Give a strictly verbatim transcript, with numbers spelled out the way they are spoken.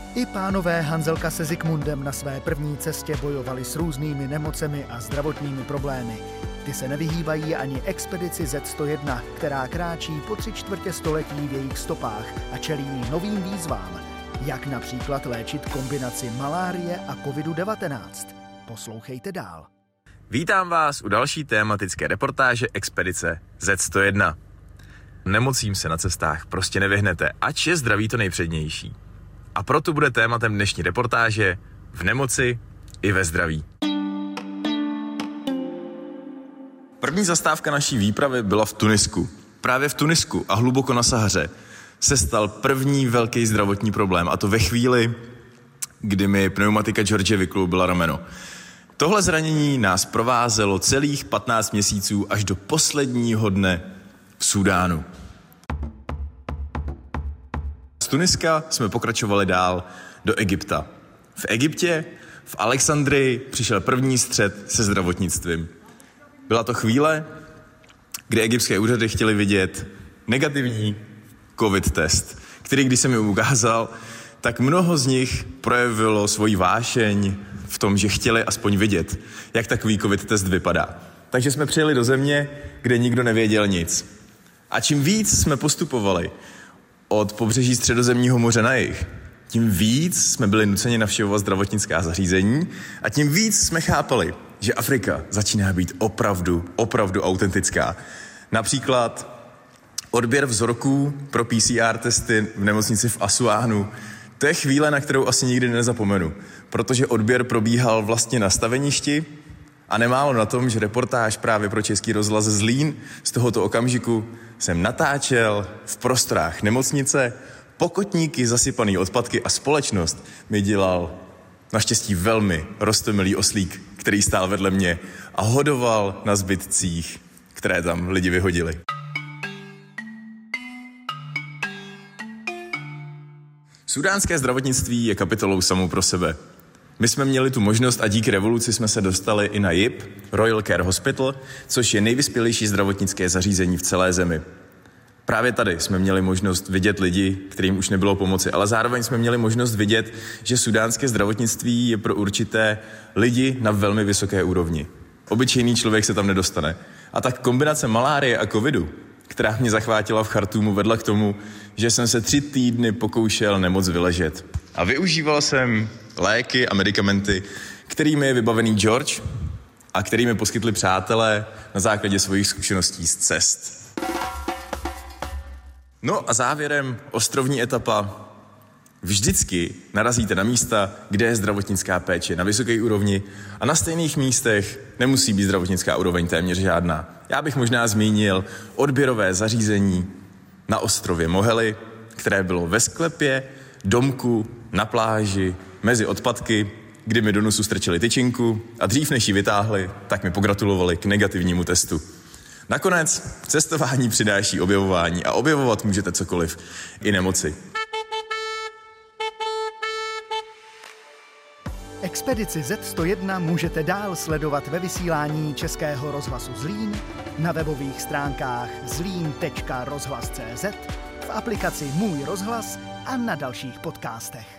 I pánové Hanzelka se Zikmundem na své první cestě bojovali s různými nemocemi a zdravotními problémy. Ty se nevyhýbají ani expedici zet sto jedna, která kráčí po tři čtvrtě století v jejich stopách a čelí novým výzvám, jak například léčit kombinaci malárie a kovidu devatenáct. Poslouchejte dál. Vítám vás u další tématické reportáže expedice zet sto jedna. Nemocím se na cestách prostě nevyhnete, ač je zdraví to nejpřednější. A proto bude tématem dnešní reportáže v nemoci i ve zdraví. První zastávka naší výpravy byla v Tunisku. Právě v Tunisku a hluboko na Sahaře se stal první velký zdravotní problém, a to ve chvíli, kdy mi pneumatika George vykloubila rameno. Tohle zranění nás provázelo celých patnáct měsíců až do posledního dne v Súdánu. Z Tuniska jsme pokračovali dál do Egypta. V Egyptě, v Alexandrii, přišel první střet se zdravotnictvím. Byla to chvíle, kdy egyptské úřady chtěly vidět negativní covid test, který, když jsem mi ukázal, tak mnoho z nich projevilo svoji vášeň v tom, že chtěli aspoň vidět, jak takový covid test vypadá. Takže jsme přijeli do země, kde nikdo nevěděl nic. A čím víc jsme postupovali od pobřeží Středozemního moře na jih, tím víc jsme byli nuceni navštěvovat zdravotnická zařízení a tím víc jsme chápali, že Afrika začíná být opravdu, opravdu autentická. Například odběr vzorků pro P C R testy v nemocnici v Asuánu. To je chvíle, na kterou asi nikdy nezapomenu, protože odběr probíhal vlastně na staveništi a nemálo na tom, že reportáž právě pro Český rozhlas Zlín z tohoto okamžiku jsem natáčel v prostorách nemocnice, pokotníky, zasypaný odpadky a společnost mi dělal naštěstí velmi roztomilý oslík, který stál vedle mě a hodoval na zbytcích, které tam lidi vyhodili. Súdánské zdravotnictví je kapitolou samou pro sebe. My jsme měli tu možnost a díky revoluci jsme se dostali i na J I P, Royal Care Hospital, což je nejvyspělejší zdravotnické zařízení v celé zemi. Právě tady jsme měli možnost vidět lidi, kterým už nebylo pomoci, ale zároveň jsme měli možnost vidět, že sudánské zdravotnictví je pro určité lidi na velmi vysoké úrovni. Obyčejný člověk se tam nedostane. A tak kombinace malárie a covidu, která mě zachvátila v Chartúmu, vedla k tomu, že jsem se tři týdny pokoušel nemoc vyležet. A využíval jsem léky a medicamenty, kterými je vybavený George a kterými poskytli přátelé na základě svých zkušeností z cest. No a závěrem ostrovní etapa. Vždycky narazíte na místa, kde je zdravotnická péče na vysoké úrovni a na stejných místech nemusí být zdravotnická úroveň téměř žádná. Já bych možná zmínil odběrové zařízení na ostrově Mohely, které bylo ve sklepě, domku, na pláži, mezi odpadky, kdy mi do nosu strčili tyčinku a dřív než ji vytáhli, tak mi pogratulovali k negativnímu testu. Nakonec cestování přináší objevování a objevovat můžete cokoliv, i nemoci. Expedici zet sto jedna můžete dál sledovat ve vysílání Českého rozhlasu Zlín, na webových stránkách zlín tečka rozhlas tečka cé zet, v aplikaci Můj rozhlas a na dalších podcastech.